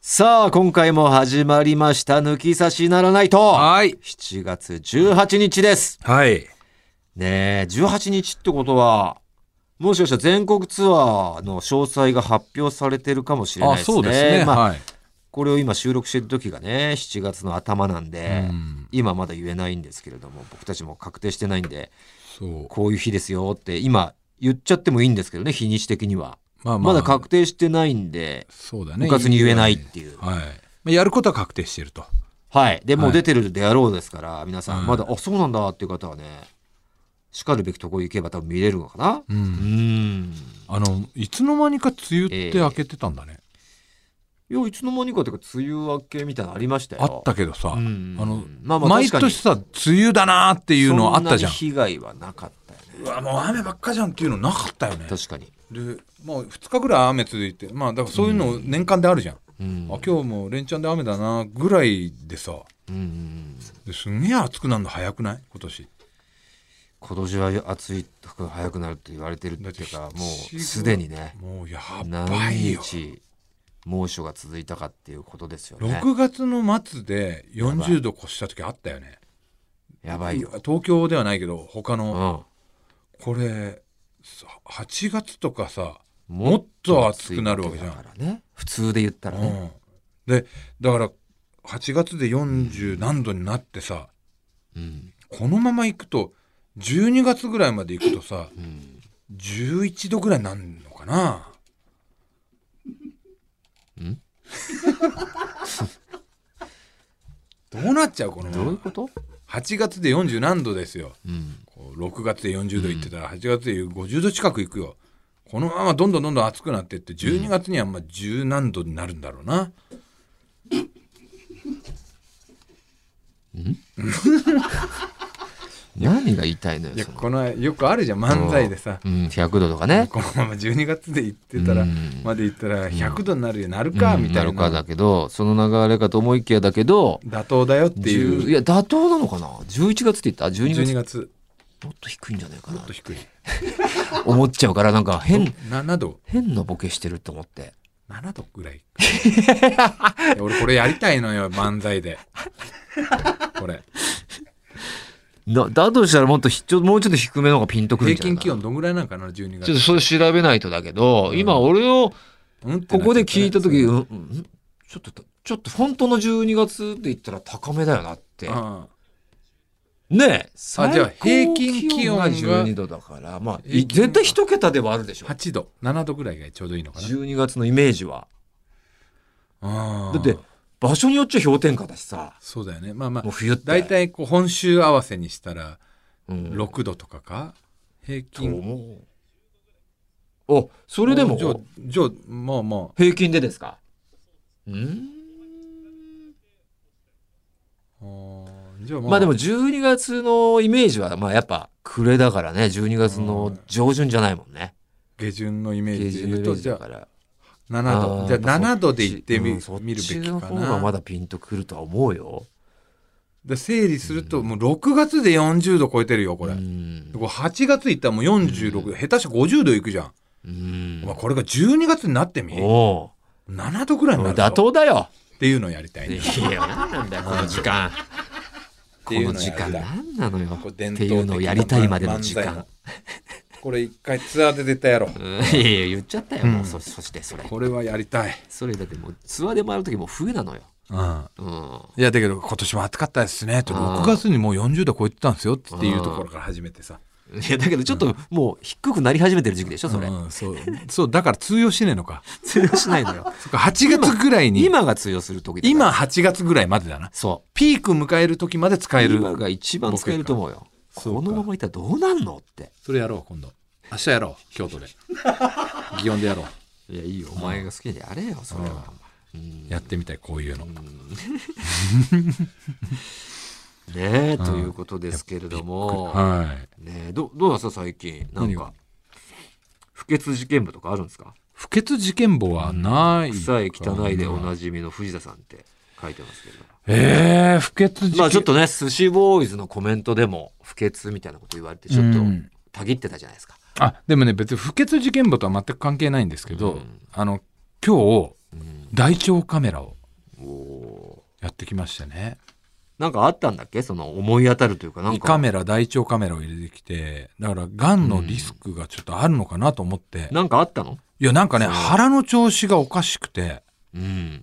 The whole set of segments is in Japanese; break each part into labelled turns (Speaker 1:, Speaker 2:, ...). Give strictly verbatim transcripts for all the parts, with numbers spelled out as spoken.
Speaker 1: さあ今回も始まりました抜き差しならないと。
Speaker 2: はい
Speaker 1: しちがつじゅうはちにちです。
Speaker 2: はい
Speaker 1: ねえじゅうはちにちってことはもしかしたら全国ツアーの詳細が発表されてるかもしれないですね。
Speaker 2: あそうですね、
Speaker 1: まあ
Speaker 2: はい、
Speaker 1: これを今収録してる時がねしちがつの頭なんで、
Speaker 2: うん、
Speaker 1: 今まだ言えないんですけれども、僕たちも確定してないんで
Speaker 2: そう
Speaker 1: こういう日ですよって今言っちゃってもいいんですけどね、日にち的には
Speaker 2: まあまあ
Speaker 1: まだ確定してないんで、
Speaker 2: そうだね、
Speaker 1: うかつに言えないっていう。
Speaker 2: はい、まあ、やることは確定してると。
Speaker 1: はいでもう
Speaker 2: はい
Speaker 1: 出てるであろうですから、皆さん
Speaker 2: はい
Speaker 1: まだあそうなんだっていう方はね、しかるべきとこ行けば多分見れるのかな。
Speaker 2: うん、
Speaker 1: うん
Speaker 2: あのいつの間にか梅雨って明けてたんだね、
Speaker 1: いやいつの間にかというか梅雨明けみたいなのありましたよ。
Speaker 2: あったけどさ、
Speaker 1: うん
Speaker 2: あの、
Speaker 1: まあまあ
Speaker 2: 毎
Speaker 1: 確かに
Speaker 2: 年さ梅雨だなっていうのあったじゃん。
Speaker 1: そんなに被害はなかったよね。
Speaker 2: うわもう雨ばっかじゃんっていうのなかったよね。
Speaker 1: 確かに。
Speaker 2: でもうふつかぐらい雨続いて、まあだからそういうの年間であるじゃん、
Speaker 1: うん、
Speaker 2: あ今日も連チャンで雨だなぐらいでさ、
Speaker 1: うんうん、
Speaker 2: ですんげえ暑くなるの早くない今年。
Speaker 1: 今年は暑い早くなるって言われてるっていうか、もうすでにね
Speaker 2: もうやば
Speaker 1: 何
Speaker 2: いよ。
Speaker 1: 日猛暑が続いたかっていうことですよね。
Speaker 2: ろくがつの末でよんじゅうど越した時あったよね。
Speaker 1: やばいよ。
Speaker 2: 東京ではないけど他の、
Speaker 1: うん、
Speaker 2: これはちがつとかさもっと暑くなるわけじゃん、
Speaker 1: ね、普通で言ったらね、
Speaker 2: うん、でだからはちがつでよんじゅうなんどになってさ、うん、このままいくとじゅうにがつぐらいまでいくとさ、うん、じゅういちどぐらいになるのかな。んどうなっちゃうこのまま。
Speaker 1: どういうこと？
Speaker 2: はちがつでよんじゅうなんどですよ、うん、こうろくがつでよんじゅうどいってたらはちがつでごじゅうど近くいくよ。このままどんどんどんどん暑くなっていってじゅうにがつにはまあじゅうなんどになるんだろうな。
Speaker 1: ん何が言いたいのよ。
Speaker 2: いやこのよくあるじゃん漫才でさ、
Speaker 1: うん、ひゃくどとかね、
Speaker 2: このままじゅうにがつで行ってたら、うん、まで行ったらひゃくどになるよ、なるか、うん、みたいな、
Speaker 1: なるかだけど、その流れかと思いきやだけど
Speaker 2: 妥当だよっていう。
Speaker 1: いや妥当なのかな。じゅういちがつって言った？じゅうにがつ、
Speaker 2: じゅうにがつ
Speaker 1: もっと低いんじゃないかな。
Speaker 2: もっと低い
Speaker 1: 思っちゃうから、なんか変
Speaker 2: ななど
Speaker 1: 変なボケしてると思って
Speaker 2: ななどぐらい俺これやりたいのよ漫才でこれ
Speaker 1: だ, だとしたらもっとひちょもうちょっと低めの方がピンとくるんじゃないかな。
Speaker 2: 平均気温どんぐらいなのかなじゅうにがつ。
Speaker 1: ちょっとそれ調べないとだけど、うん、今俺をここで聞いた時、うんうん、ちょっとちょっと本当のじゅうにがつで言ったら高めだよなって。ああねえ、
Speaker 2: あじゃあ平均気温が
Speaker 1: じゅうにどだから、まあ絶対一桁ではあるでしょ。
Speaker 2: はちどななどぐらいがちょうどいいのかな。
Speaker 1: じゅうにがつのイメージは。あだって場所によっちゃ氷点下だしさ。
Speaker 2: そうだよね。まあまあ
Speaker 1: もう冬って
Speaker 2: だいたいこう本州合わせにしたらろくどとかか、うん、平均。
Speaker 1: おそれでも
Speaker 2: じゃあじゃあまあまあ
Speaker 1: 平均でですか。うんあじゃあまあ、まあでもじゅうにがつのイメージはまあやっぱ暮れだからね。じゅうにがつの上旬じゃないもんね。
Speaker 2: 下旬のイメージで言うとじゃあななど。
Speaker 1: あ
Speaker 2: じゃあななどで行ってみ、うん、見るべきかな。
Speaker 1: そっちの方がまだピンとくるとは思うよ。
Speaker 2: で整理すると、うん、もうろくがつでよんじゅうど超えてるよこれ。うん、はちがついったらもうよんじゅうろくど、うん、下手したらごじゅうどいくじゃん。うん、まあ、これがじゅうにがつになってみななどぐらいになるぞ
Speaker 1: 妥当だよ
Speaker 2: っていうのをやりたい、ね、
Speaker 1: いや何なんだよこの時間この時間何なのよっていうのをやりたいまでの時間。
Speaker 2: これ一回ツアーで絶対やろう。
Speaker 1: うん、いやいや言っちゃったよ、うん、もう そ, そしてそれ
Speaker 2: これはやりたい。
Speaker 1: それだってもうツアーで回る時もう冬なのよ。
Speaker 2: うんうん、いやだけど今年も暑かったですねとろくがつにもうよんじゅうど超えてたんですよっていうところから始めてさ。
Speaker 1: いやだけどちょっともう低くなり始めてる時期でしょそれ、
Speaker 2: うん、そうそうだから通用しねえのか
Speaker 1: 通用しないのよ
Speaker 2: そっかはちがつぐらいに
Speaker 1: 今, 今が通用する時だ
Speaker 2: 今はちがつぐらいまでだな。
Speaker 1: そう
Speaker 2: ピーク迎える時まで使える。
Speaker 1: 今が一番使えると思うよ。このままいったらどうなんのって。
Speaker 2: それやろう今度明日やろう京都で祇園でやろ
Speaker 1: う。いやいいよお前が好きでやれよそれは、
Speaker 2: うん、やってみたいこういうの、うん、
Speaker 1: ねえということですけれども、はいねえ、ど, どうなんですか最近なんか不潔事件簿とかあるんですか。
Speaker 2: 不潔事件簿はない、
Speaker 1: うん、臭い汚いでおなじみの藤田さんって書いてますけど、
Speaker 2: えー、不潔事件、
Speaker 1: まあちょっとね寿司ボーイズのコメントでも不潔みたいなこと言われてちょっとたぎってたじゃないですか、
Speaker 2: うん、あでもね別に不潔事件簿とは全く関係ないんですけど、うん、あの今日、うん、大腸カメラをやってきましたね。
Speaker 1: なんかあったんだっけ、その思い当たるというか、なんか
Speaker 2: 胃カメラ、大腸カメラを入れてきて、だからがんのリスクがちょっとあるのかなと思って、
Speaker 1: なんかあったの？
Speaker 2: いやなんかね、腹の調子がおかしくて、
Speaker 1: うん、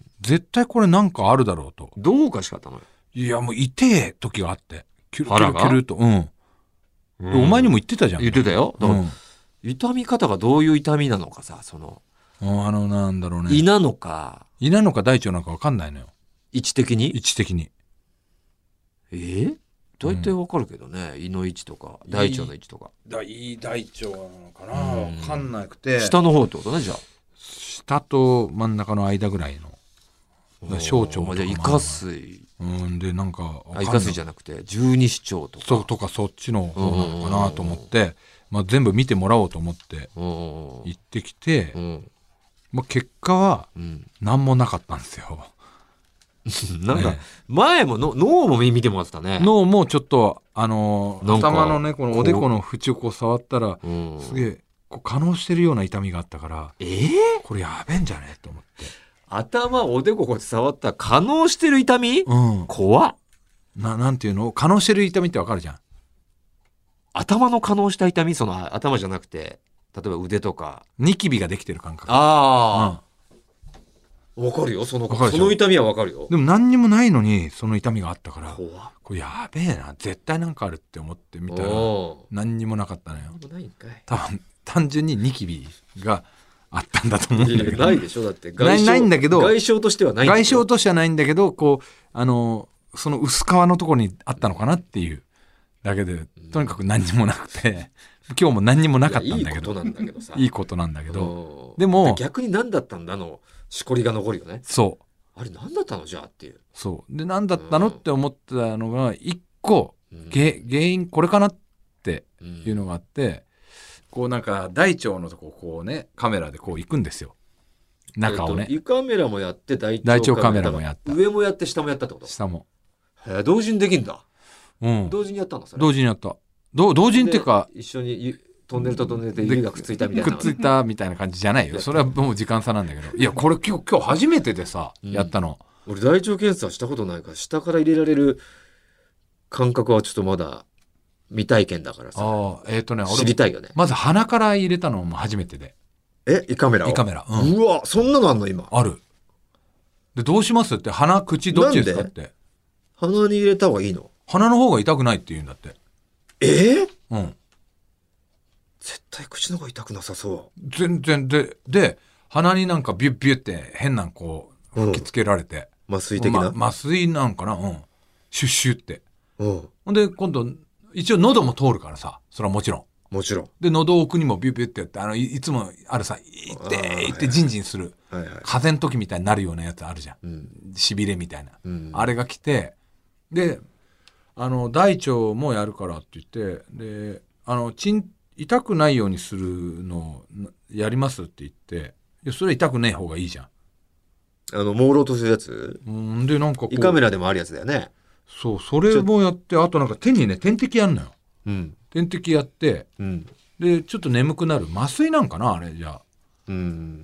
Speaker 2: 絶対これなんかあるだろうと。
Speaker 1: どうおかしかったのよ。
Speaker 2: いやもう痛え時があって、キュルキュルキュルと、うん、うん、お前にも言ってたじゃん。
Speaker 1: 言ってたよ。だから、うん、痛み方がどういう痛みなのかさ、その、
Speaker 2: うん、あのなんだろうね、
Speaker 1: 胃なのか
Speaker 2: 胃なのか大腸なのか分かんないのよ、
Speaker 1: 位置的に。
Speaker 2: 位置的に
Speaker 1: えー、大体わかるけどね、うん、胃の位置とか大腸の位置とか。
Speaker 2: 胃大腸なのかな、わかんなくて、
Speaker 1: 下の方ってことね。じゃあ
Speaker 2: 下と真ん中の間ぐらいの小腸とか、
Speaker 1: じゃあ胃下水、
Speaker 2: うんでなんか
Speaker 1: 胃下水じゃなくて十二指腸とか
Speaker 2: そうとかそっちの方なのかなと思って、まあ、全部見てもらおうと思って行ってきて、まあ、結果は何もなかったんですよ。
Speaker 1: なんか前もの脳も見てもらってたね。
Speaker 2: 脳もちょっとあのー、頭のねこのおでこの縁をこう触ったら、うん、すげえこう可能してるような痛みがあったから、
Speaker 1: えー、
Speaker 2: これやべえんじゃねえと思って、
Speaker 1: 頭おでここうやって触ったら可能してる痛み、うん、怖っ。
Speaker 2: ななんていうの、可能してる痛みってわかるじゃん。
Speaker 1: 頭の可能した痛み、その頭じゃなくて例えば腕とか
Speaker 2: ニキビができてる感覚。
Speaker 1: ああ、うん、わかるよ、そのその痛みはわかるよ。
Speaker 2: でも何にもないのにその痛みがあったから、これやべえな、絶対なんかあるって思ってみたら何にもなかったのよ。多分単純にニキビがあったんだと思うんだけど。
Speaker 1: ないでしょ、だって
Speaker 2: 外傷ないんだけど、
Speaker 1: 外傷としてはないんだ
Speaker 2: けど、外傷としてはないんだけど、こうあのその薄皮のところにあったのかなっていうだけで、とにかく何にもなくて、今日も何にもなかったんだけど、いいことなんだけどさ、いいことなんだけど、でも
Speaker 1: 逆に何だったんだのしこりが残るよね。
Speaker 2: そう、
Speaker 1: あれ何だったのじゃあっていう。
Speaker 2: そうで、何だったのって思ってたのが一個、うん、原因これかなっていうのがあって、うん、こうなんか大腸のとここうねカメラでこう行くんですよ、中をね。
Speaker 1: 胃カメラもやって大
Speaker 2: 腸カメラもやった、
Speaker 1: 上もやって下もやったってこと？
Speaker 2: 下も。
Speaker 1: へえ、同時にできんだ。
Speaker 2: うん、
Speaker 1: 同時にやったのそれ。
Speaker 2: 同時にやった。ど同時にっていうか
Speaker 1: 一緒にトンネルとトンネルで指がくっついたみたいな。
Speaker 2: くっついたみたいな感じじゃないよ。それはもう時間差なんだけど。いやこれ今日今日初めてでさ、うん、やったの。
Speaker 1: 俺大腸検査したことないから下から入れられる感覚はちょっとまだ未体験だからさ。あ、
Speaker 2: えーとね、
Speaker 1: 知りたいよね。
Speaker 2: まず鼻から入れたのも初めてで。
Speaker 1: え、胃カメラを？
Speaker 2: 胃カメラ、
Speaker 1: うん、うわ、そんなのあんの今？
Speaker 2: ある。でどうしますって、鼻口どっちですかって。
Speaker 1: 鼻に入れた方がいいの？
Speaker 2: 鼻の方が痛くないって言うんだって。
Speaker 1: えー、
Speaker 2: うん。
Speaker 1: 絶対口の方が痛くなさそう。
Speaker 2: 全然でで鼻になんかビュッビュッって変なこう吹きつけられて、
Speaker 1: うん、麻酔的な、
Speaker 2: ま、麻酔なんかな、うん、シュッシュって。
Speaker 1: うん、
Speaker 2: ほんで今度一応喉も通るからさ、それはもちろん
Speaker 1: もちろん
Speaker 2: で喉奥にもビュッビュッってやって、あの い, いつもあるさ、いっていってジンジンする、はいはい、風邪の時みたいになるようなやつあるじゃん、うん、しびれみたいな、うん、あれが来て、であの大腸もやるからって言って、であのちん痛くないようにするのをやりますって言って、いやそれは痛くねえ方がいいじゃん、
Speaker 1: あの朦朧とするやつ。
Speaker 2: うんでなんかこう
Speaker 1: 胃カメラでもあるやつだよね。
Speaker 2: そう、それもやって、あとなんか手にね点滴やんのよ、
Speaker 1: うん、
Speaker 2: 点滴やって、うん、でちょっと眠くなる麻酔なんかなあれじゃあ、
Speaker 1: うん、
Speaker 2: うん、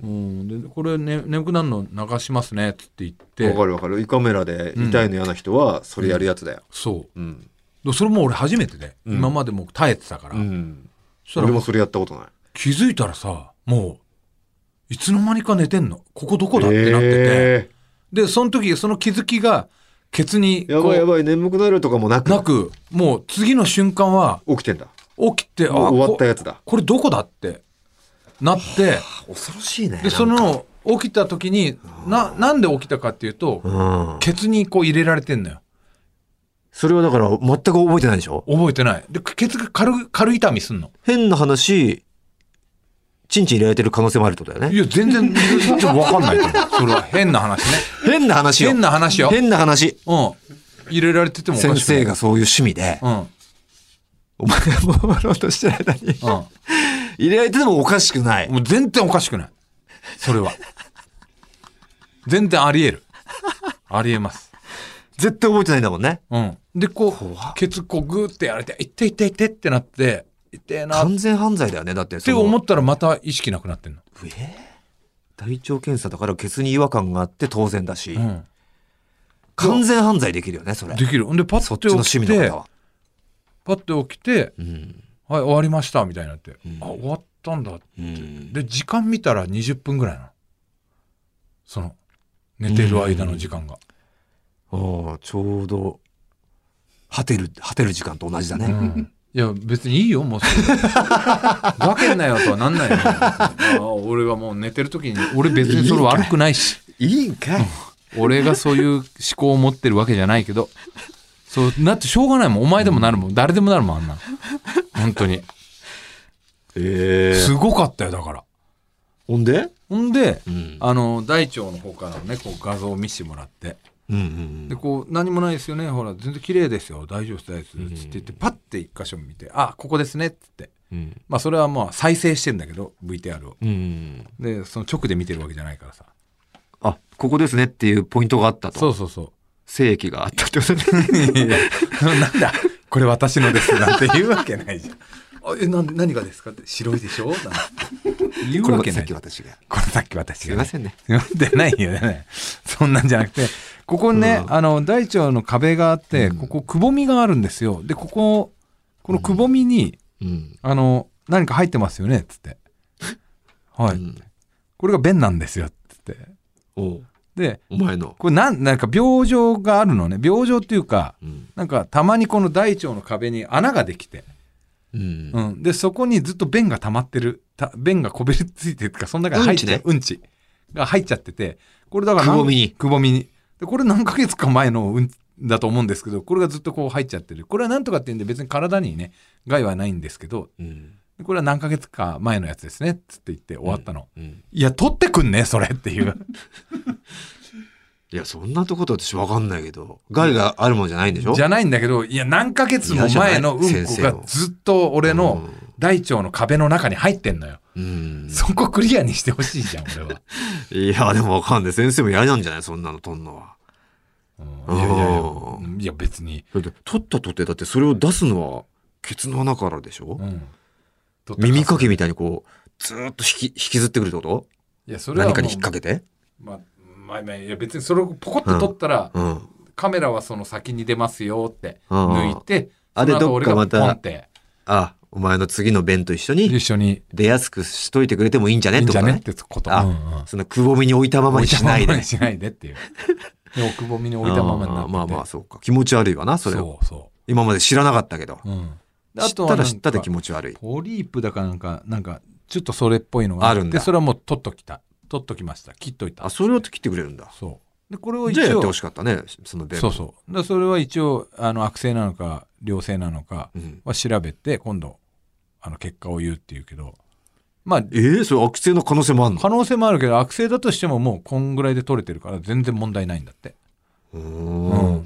Speaker 2: でこれ、ね、眠くなるの流しますねって言って、
Speaker 1: わかるわかる、胃カメラで痛いの嫌な人はそれやるやつだよ、うん、
Speaker 2: そう、
Speaker 1: うん、
Speaker 2: それも俺初めてで、うん、今までも耐えてたから、うん、
Speaker 1: そしたら俺もそれやったことない。
Speaker 2: 気づいたらさ、もういつの間にか寝てんの、ここどこだってなってて、えー、でその時その気づきがケツに
Speaker 1: やばいやばい眠くなるとかもなく
Speaker 2: なく、もう次の瞬間は
Speaker 1: 起きてんだ、
Speaker 2: 起きて、あ、
Speaker 1: 終わったやつだ、
Speaker 2: こ, これどこだってなって、
Speaker 1: 恐ろしいね。
Speaker 2: でその起きた時に な, なんで起きたかっていうと、うん、ケツにこう入れられてんのよ。
Speaker 1: それはだから全く覚えてないでしょ。
Speaker 2: 覚えてない。でケツが 軽, 軽痛みすんの。
Speaker 1: 変な話、チンチン入れられてる可能性もあるってことだよね。
Speaker 2: いや全然ちょっと分かんないと思う。それは変な話ね。
Speaker 1: 変な話よ。
Speaker 2: 変な話よ。
Speaker 1: 変な話。
Speaker 2: うん。入れられててもおかしくない。
Speaker 1: 先生がそういう趣味で、うん、お前が回ろうとしてる間に、うん、入れられててもおかしくない。
Speaker 2: もう全然おかしくない。それは全然ありえる。ありえます。
Speaker 1: 絶対覚えてないんだもんね。
Speaker 2: うん。でこうケツこうグーってやられて、いっていっていってってなって、痛えな。
Speaker 1: 完全犯罪だよね。だって
Speaker 2: って思ったらまた意識なくなってんの。
Speaker 1: えー、大腸検査だからケツに違和感があって当然だし、うん、 完全犯罪できるよねそれ。
Speaker 2: できる。ほんでパッ
Speaker 1: そっちの
Speaker 2: と起きて
Speaker 1: 趣味の方は。
Speaker 2: パッと起きて、
Speaker 1: うん
Speaker 2: はい終わりましたみたいになって、
Speaker 1: うん
Speaker 2: あ終わったんだって、
Speaker 1: うん、
Speaker 2: で時間見たらにじゅっぷんぐらいなの、その寝てる間の時間が、
Speaker 1: ああちょうど果てる果てる時間と同じだね、
Speaker 2: うん、いや別にいいよもうそれわけんなよとはなんないよあ俺がもう寝てる時に俺別にそれ悪くないし
Speaker 1: いいんかい
Speaker 2: 俺がそういう思考を持ってるわけじゃないけどそうなってしょうがないもん。お前でもなるもん、うん、誰でもなるもんあんな本当に、
Speaker 1: えー、
Speaker 2: すごかったよ。だから
Speaker 1: ほんで
Speaker 2: ほんで、
Speaker 1: うん、
Speaker 2: あの大腸の方からねこう画像を見せてもらって、
Speaker 1: うんうんうん、
Speaker 2: でこう何もないですよねほら全然綺麗ですよ大丈夫ですつって言ってパッて一箇所見てあここですねっつって、うん、まあそれはまあ再生してるんだけど ブイティーアール を、うんうん、でその直で見てるわけじゃないからさ
Speaker 1: あここですねっていうポイントがあったと。
Speaker 2: そうそうそう
Speaker 1: 精液があったってことね
Speaker 2: いやなんだこれ私のですなんて言うわけないじゃんあえな何がですかって白いでしょなんて言うわけない。
Speaker 1: これさっき私が
Speaker 2: これさっき私が、
Speaker 1: ね、すいませんね
Speaker 2: 読んでないよねそんなんじゃなくてここね、うん、あの大腸の壁があって、うん、ここくぼみがあるんですよ。でこここのくぼみに、うん、あの何か入ってますよねっつってはい、うん、これが便なんですよっつって
Speaker 1: お
Speaker 2: で
Speaker 1: お前の
Speaker 2: これなんなんか病状があるのね。病状っていうか、うん、なんかたまにこの大腸の壁に穴ができて、うんうん、でそこにずっと便が溜まってるた便がこびりついてるかその中に入っちゃう、うんちね、うんちが入っちゃっててこれだから
Speaker 1: くぼみに
Speaker 2: くぼみにでこれ何ヶ月か前のうんだと思うんですけどこれがずっとこう入っちゃってる。これはなんとかっていうんで別に体にね害はないんですけど、うん、これは何ヶ月か前のやつですねっつって言って終わったの、うんうん、いや取ってくんねそれっていう
Speaker 1: いやそんなとこと私分かんないけど害があるもんじゃないんでしょ。
Speaker 2: じゃないんだけどいや何ヶ月も前のうんこがずっと俺の大腸の壁の中に入ってんのよ、うん、そこクリアにしてほしいじゃん俺は。
Speaker 1: いやでも分かんない先生も嫌なんじゃないそんなの取んのは。
Speaker 2: うん、いやいやいやいや別に
Speaker 1: だって取ったとってだってそれを出すのはケツの穴からでしょ、うん、耳かきみたいにこうずーっと引き、引きずってくるってこと？
Speaker 2: いやそれは
Speaker 1: 何かに引っ掛けて、
Speaker 2: まあまあ、いや別にそれをポコッと取ったら、うんうん、カメラはその先に出ますよって抜いて、うん、
Speaker 1: あでどっかまたあお前の次の便と一緒に
Speaker 2: 一緒に
Speaker 1: 出やすくしといてくれてもいいんじゃねってことね。いいんじゃねってこと。あ、うんうん、そのくぼみに置いたままにしないで。置いたままにしないでっていう。でもくぼみに置いたままになってて。 まあまあそうか。気持ち悪いわなそれを。そうそう。今まで知らなかったけど。うん、知ったら知ったで気持ち悪い。
Speaker 2: ポリープだかなんかなんかちょっとそれっぽいのがあるんでそれはもう取っときた取っときました切っといた。
Speaker 1: あそれを切ってくれるんだ。
Speaker 2: そう。でこれを一応
Speaker 1: じゃあやってほしかったねその便。
Speaker 2: そうそう。でそれは一応あの悪性なのか良性なのかは調べて、うん、今度あの結果を言うっていうけど。まあ、
Speaker 1: えー、それ悪性の可能性もあるの？
Speaker 2: 可能性もあるけど悪性だとしてももうこんぐらいで取れてるから全然問題ないんだって。うん、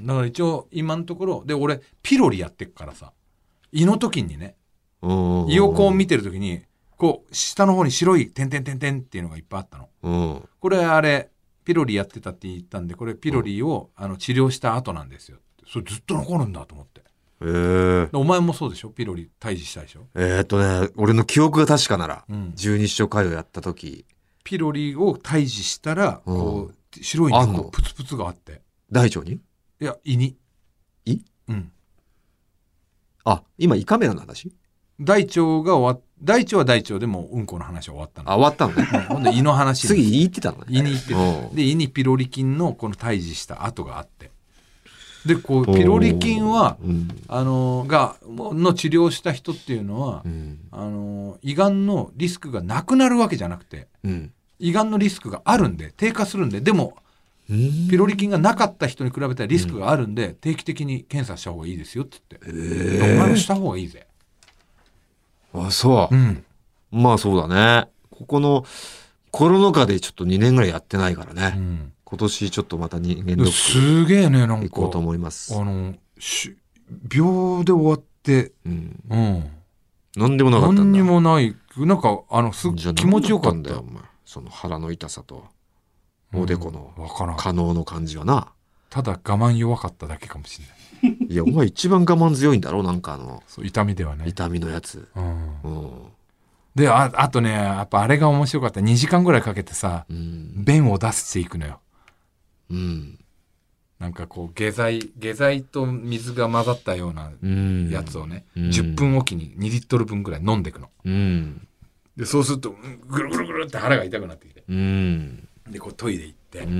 Speaker 2: だから一応今のところで俺ピロリやってっからさ胃の時にね胃をこう見てる時にこう下の方に白い点々点々っていうのがいっぱいあったの、うん、これあれピロリやってたって言ったんでこれピロリを、うん、あの治療した後なんですよ。それずっと残るんだと思って。えー、お前もそうでしょピロリ退治したでしょ。
Speaker 1: えー、っとね俺の記憶が確かなら、うん、十二指腸潰瘍やった時
Speaker 2: ピロリを退治したら、うん、こう白いのプツプツがあって
Speaker 1: 大腸に？
Speaker 2: いや胃に。
Speaker 1: 胃？うんあ今胃カメラの話？
Speaker 2: 大腸が終わっ大腸は大腸でもうんこの話は終わったの。
Speaker 1: あ終わったのね。
Speaker 2: ほんで胃の話
Speaker 1: 次胃行ってたのね。
Speaker 2: 胃に行ってた。で胃にピロリ菌のこの退治した跡があってでこうピロリ菌は、うん、あのがの治療した人っていうのは、うん、あの胃がんのリスクがなくなるわけじゃなくて、うん、胃がんのリスクがあるんで低下するんででもピロリ菌がなかった人に比べたらリスクがあるんで、うん、定期的に検査した方がいいですよって言って、えー、お前もした方がいいぜ。
Speaker 1: あそう、うん、まあそうだね。ここのコロナ禍でちょっとにねんぐらいやってないからね、うん、今年ちょっとまた人間ドック
Speaker 2: すげえねなんか
Speaker 1: 行こうと思います。
Speaker 2: あのし秒で終わって、うんうん、
Speaker 1: 何でもなかったんだ。
Speaker 2: 何にもないなんかあのす気持ちよかったんだよ。
Speaker 1: お前その腹の痛さとおでこの可能の感じはな、うん、
Speaker 2: ただ我慢弱かっただけかもしれない。
Speaker 1: いやお前一番我慢強いんだろなんかあの
Speaker 2: そう痛みではね
Speaker 1: 痛みのやつ、うんうん、
Speaker 2: で あ, あとねやっぱあれが面白かった。にじかんぐらいかけてさ、うん、便を出していくのよ、うん、 なんかこう下剤下剤と水が混ざったようなやつをね、うん、じゅっぷんおきににリットルぶんぐらい飲んでいくの、うん、でそうするとぐるぐるぐるって腹が痛くなってきて、うん、でこうトイレ行って、うん、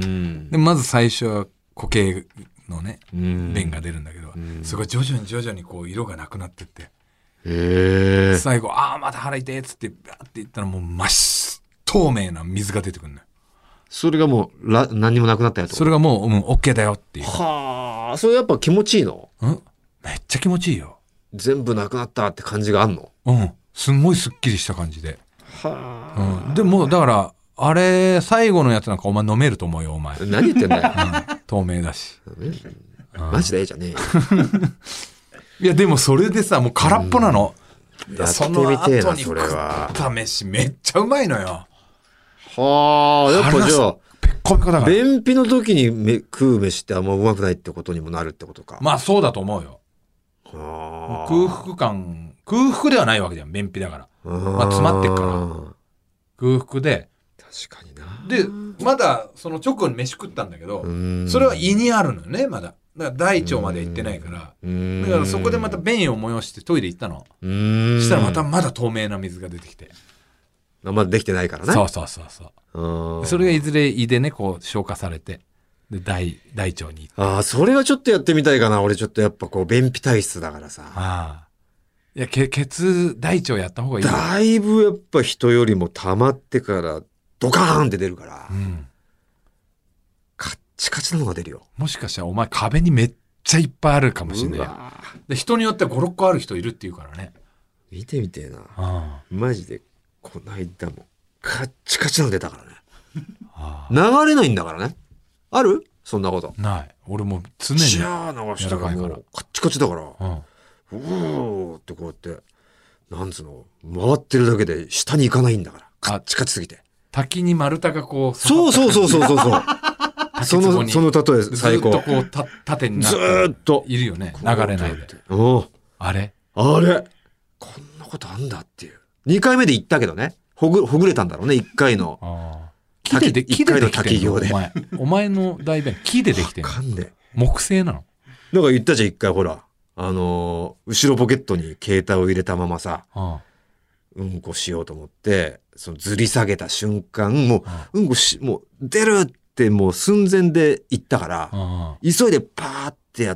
Speaker 2: でまず最初は固形のね、うん、便が出るんだけど、うん、それが徐々に徐々にこう色がなくなってって、へ最後ああまた腹痛いっつってバーっていったらもう真っ透明な水が出てくるのよ。
Speaker 1: それがもうら何にもなくなったやつ。
Speaker 2: それがもう、うん、OK だよっていう。
Speaker 1: はあ、それやっぱ気持ちいいの？
Speaker 2: うん、めっちゃ気持ちいいよ。
Speaker 1: 全部なくなったって感じがあんの？
Speaker 2: うん、すんごいすっきりした感じで。はあ、うん、でもだからあれ最後のやつなんかお前飲めると思うよお前。
Speaker 1: 何言ってんだよ。
Speaker 2: うん、透明だし。
Speaker 1: マジでいいじゃねえよ。
Speaker 2: いやでもそれでさもう空っぽなの。
Speaker 1: うん、やってみてえなそれは。
Speaker 2: その後に食った飯めっちゃうまいのよ。
Speaker 1: はあ、やっぱじゃあ
Speaker 2: ペッコペコだから
Speaker 1: 便秘の時にめ食う飯ってあんまうまくないってことにもなるってことか。
Speaker 2: まあそうだと思うよ。はあ、空腹感空腹ではないわけじゃん便秘だから、まあ、詰まってっから空腹で
Speaker 1: 確かにな。
Speaker 2: でまだその直後に飯食ったんだけどそれは胃にあるのよねまだ。だから大腸まで行ってないからだからそこでまた便意を催してトイレ行ったの。したらまたまだ透明な水が出てきて
Speaker 1: まだできてないからね。
Speaker 2: そうそうそうそう。それがいずれ胃でねこう消化されてで 大, 大腸に行って。
Speaker 1: ああそれはちょっとやってみたいかな。俺ちょっとやっぱこう便秘体質だからさ。ああ
Speaker 2: いやけ血大腸やった方がいいよ。
Speaker 1: だいぶやっぱ人よりも溜まってからドカーンって出るから、うん、カッチカチなのが出るよ。
Speaker 2: もしかしたらお前壁にめっちゃいっぱいあるかもしれない。で人によってはごろっこある人いるっていうからね。
Speaker 1: 見てみてえな。あマジでこないだもカッチカチなの出たからね。流れないんだからね。ある？そんなこと。
Speaker 2: ない。俺も常に
Speaker 1: じゃあ流したからもうカッチカチだから。うんうおーってこうやってなんつうの回ってるだけで下に行かないんだからカッチカチすぎて
Speaker 2: 滝に丸太がこう
Speaker 1: そうそうそうそうそうそうそのその例え最高。
Speaker 2: ずっとこうた縦になって
Speaker 1: ずっと
Speaker 2: いるよね流れないで。
Speaker 1: お
Speaker 2: あれ
Speaker 1: あれこんなことあんだっていうにかいめで行ったけどねほぐほぐれたんだろうねいっかいの
Speaker 2: 木でで木でできてんの
Speaker 1: お
Speaker 2: 前お前の大便木でできてんの木製なの
Speaker 1: だから言ったじゃん一回ほらあのー、後ろポケットに携帯を入れたままさ、ああうんこしようと思ってそのずり下げた瞬間もう、ああうんこしもう出るってもう寸前で行ったから、ああ急いでパーってやって、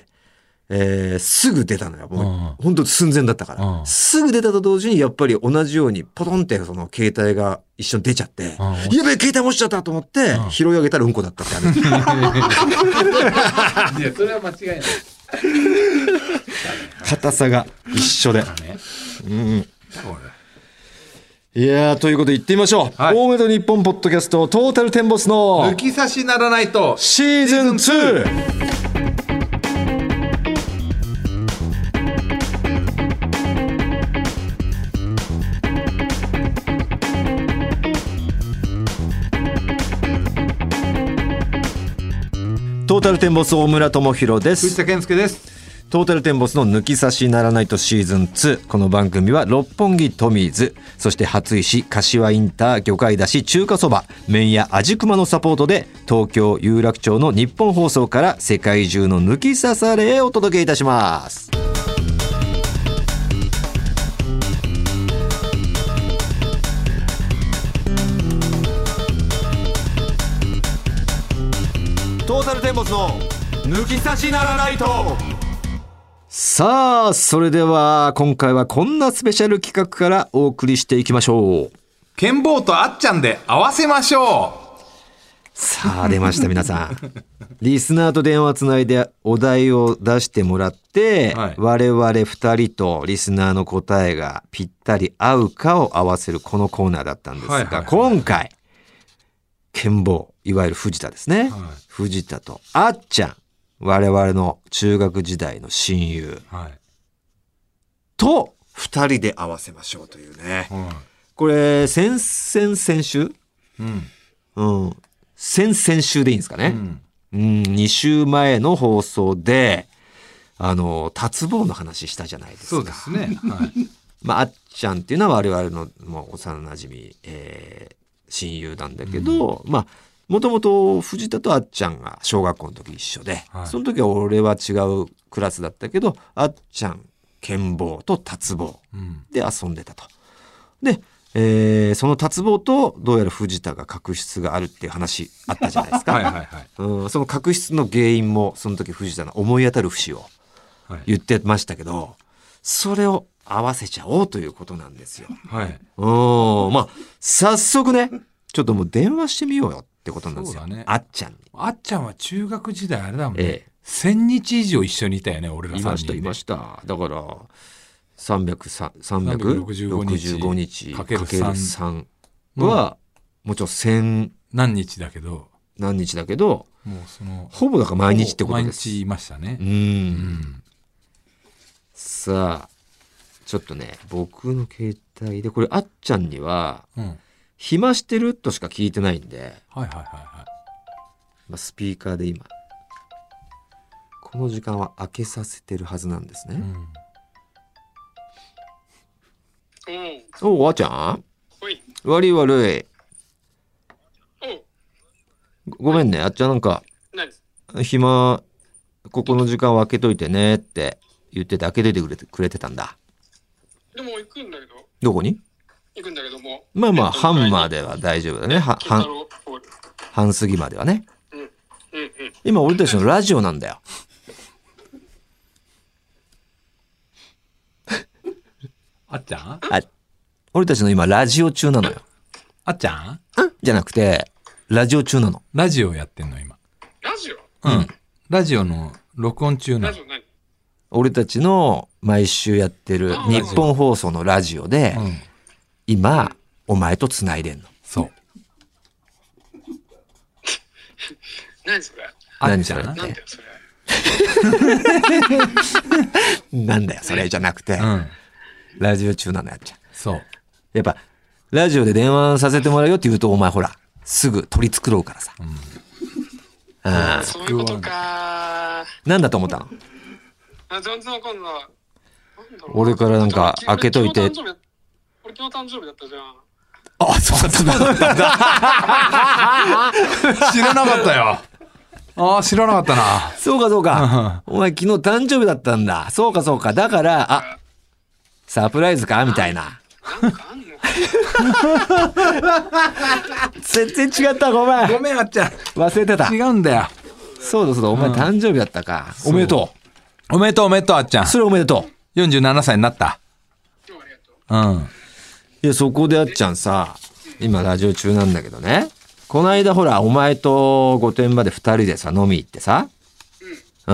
Speaker 1: えー、すぐ出たのよもうほんと寸前だったから、ああすぐ出たと同時にやっぱり同じようにポトンってその携帯が一緒に出ちゃって、ああやべえ携帯落ちちゃったと思って、ああ拾い上げたらうんこだったってある
Speaker 2: いやそれは間違いない
Speaker 1: 硬さが一緒で、うん、いやーということで言ってみましょう、はい、大江戸日本ポッドキャストトータルテンボスの
Speaker 2: 抜き差しならないと
Speaker 1: シーズンツー。トータルテンボス大村智弘です。
Speaker 2: 藤田健介です。
Speaker 1: トータルテンボスの抜き差しならないとシーズンツー。この番組は六本木トミーズ、そして初石柏インター魚介だし中華そば麺屋味熊のサポートで東京有楽町の日本放送から世界中の抜き差されへお届けいたします。トータルテンボスの抜き差しならないと。さあそれでは今回はこんなスペシャル企画からお送りしていきましょう。
Speaker 2: ケンボーとあっちゃんで合わせましょう。
Speaker 1: さあ出ました皆さんリスナーと電話つないでお題を出してもらって、はい、我々ふたりとリスナーの答えがぴったり合うかを合わせるこのコーナーだったんですが、はいはいはい、今回ケンボーいわゆる藤田ですね、はい、藤田とあっちゃん我々の中学時代の親友、はい、とふたりで合わせましょうというね、はい、これ先々先週、うんうん、先々週でいいんですかね、うんうん、に週前の放送であの達坊の話したじゃないですか。
Speaker 2: そうですね、はい
Speaker 1: まあ、あっちゃんっていうのは我々のもう幼なじみ、えー、親友なんだけど、うん、まあもともと藤田とあっちゃんが小学校の時一緒で、はい、その時は俺は違うクラスだったけど、あっちゃん剣棒と達棒で遊んでたと。うん、で、えー、その達棒とどうやら藤田が確執があるっていう話あったじゃないですか。はいはい、はい、うん、その確執の原因もその時藤田の思い当たる節を言ってましたけど、はい、それを合わせちゃおうということなんですよ。はい。うん、まあ早速ね、ちょっともう電話してみようよってことなんですよ。そうだね。あっちゃんに。
Speaker 2: あっちゃんは中学時代あれだもんね。ええ、千日以上一緒にいたよね、俺らさんにん、ね。
Speaker 1: いましたいました。だからさんびゃくろくじゅうごにちかけるさんはもちろん千
Speaker 2: 何日だけど
Speaker 1: 何日だけど
Speaker 2: もうその
Speaker 1: ほぼだから毎日ってことです。
Speaker 2: 毎日いましたね。
Speaker 1: うん、うん、さあちょっとね僕の携帯でこれあっちゃんには、うん、暇してるとしか聞いてないんで、はいはいはいはい、まあ、スピーカーで今この時間は開けさせてるはずなんですね。うん、おうあっちゃん悪い悪いごめんねあっちゃんなんか暇ここの時間を開けといてねって言ってて開けといてくれて、くれてたんだ。
Speaker 3: でも行くんだけど
Speaker 1: どこに
Speaker 3: 行くんだけども
Speaker 1: まあまあ半までは大丈夫だね。は半半過ぎまではね、うんうんうん、今俺たちのラジオなんだよ。
Speaker 2: あっちゃん
Speaker 1: あ俺たちの今ラジオ中なのよ。
Speaker 2: あっちゃん
Speaker 1: じゃなくてラジオ中なの。
Speaker 2: ラジオやってんの今。
Speaker 3: ラジオ
Speaker 2: うん、ラジオの録音中なの。
Speaker 1: 俺たちの毎週やってる日本放送のラジオで、うん、今お前とつないでんの。そう
Speaker 3: 何それ
Speaker 1: 何それって
Speaker 3: なんだよそ
Speaker 1: れなんだよそれじゃなくて、うん、ラジオ中なのやっちゃう。
Speaker 2: そう
Speaker 1: やっぱラジオで電話させてもらうよって言うとお前ほらすぐ取り繕うからさ、うん、
Speaker 3: あそういうことか。
Speaker 1: なんだと思ったの？
Speaker 3: あ全然わかんない。
Speaker 1: 俺からなんか開けといて。
Speaker 3: 俺昨日誕生日だったじゃん。
Speaker 1: あ、そうだったんだ。
Speaker 2: 知らなかったよ。ああ知らなかったな。
Speaker 1: そうかそうか。お前昨日誕生日だったんだ。そうかそうか。だからあサプライズかみたいな。なんかあんの全然違った。ごめん
Speaker 2: ごめんあっちゃん
Speaker 1: 忘れてた。
Speaker 2: 違うんだよ。
Speaker 1: そうだそうだお前誕生日だったか、うん、おめでと
Speaker 2: うおめでとうおめでとうあっちゃん。
Speaker 1: それおめでとう。
Speaker 2: よんじゅうななさいになった。うん。
Speaker 1: いやそこであっちゃんさ今ラジオ中なんだけどね、この間ほらお前と御殿場でふたりでさ飲み行ってさ、うん、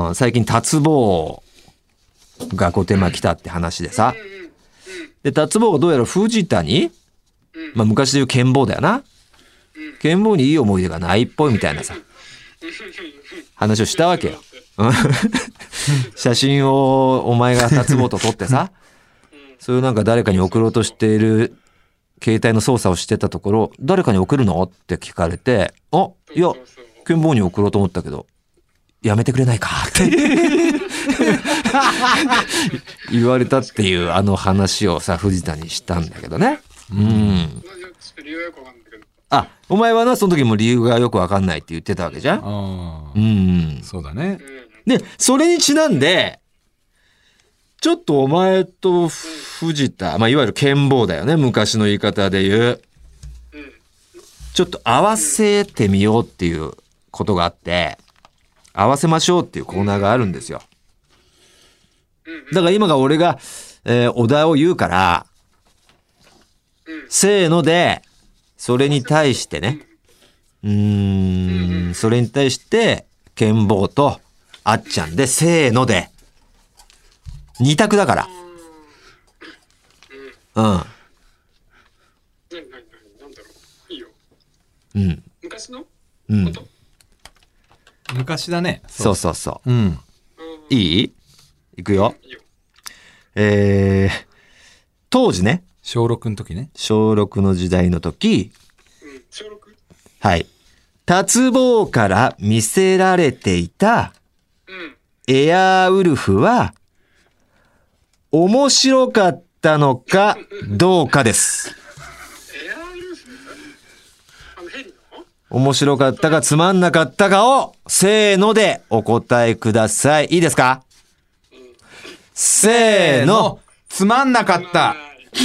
Speaker 1: うん最近達坊が御殿場来たって話でさ、で達坊がどうやら藤田に、まあ、昔で言う剣坊だよな、剣坊にいい思い出がないっぽいみたいなさ話をしたわけよ。写真をお前が達坊と撮ってさそれをなんか誰かに送ろうとしている携帯の操作をしてたところ、誰かに送るのって聞かれて、あいや剣坊に送ろうと思ったけどやめてくれないかって言われたっていうあの話をさ藤田にしたんだけどね。うん。あお前はなその時も理由がよく分かんないって言ってたわけじゃん。あうん、
Speaker 2: そうだね。
Speaker 1: でそれにちなんでちょっとお前と藤田、まあ、いわゆる剣坊だよね昔の言い方で言う、ちょっと合わせてみようっていうことがあって合わせましょうっていうコーナーがあるんですよ。だから今が俺が、えー、お題を言うからせーのでそれに対してねうーんそれに対して剣坊とあっちゃんでせーので二択だから。うん。何何
Speaker 3: 何なんだろう。いいよ。
Speaker 1: うん。
Speaker 3: 昔の？
Speaker 1: うん。
Speaker 2: 昔だね。
Speaker 1: そうそうそう。うん。いい？いくよ。いいよ。えー、当時ね。
Speaker 2: 小ろくの時ね。
Speaker 1: 小ろくの時代の時。
Speaker 3: うん。小ろく？
Speaker 1: はい。達坊から見せられていた、うん、エアーウルフは、面白かったのかどうかです。
Speaker 3: エアーウルフ？あのヘリの？
Speaker 1: 面白かったかつまんなかったかをせーのでお答えください。いいですか？せーの。
Speaker 2: つまんなかった。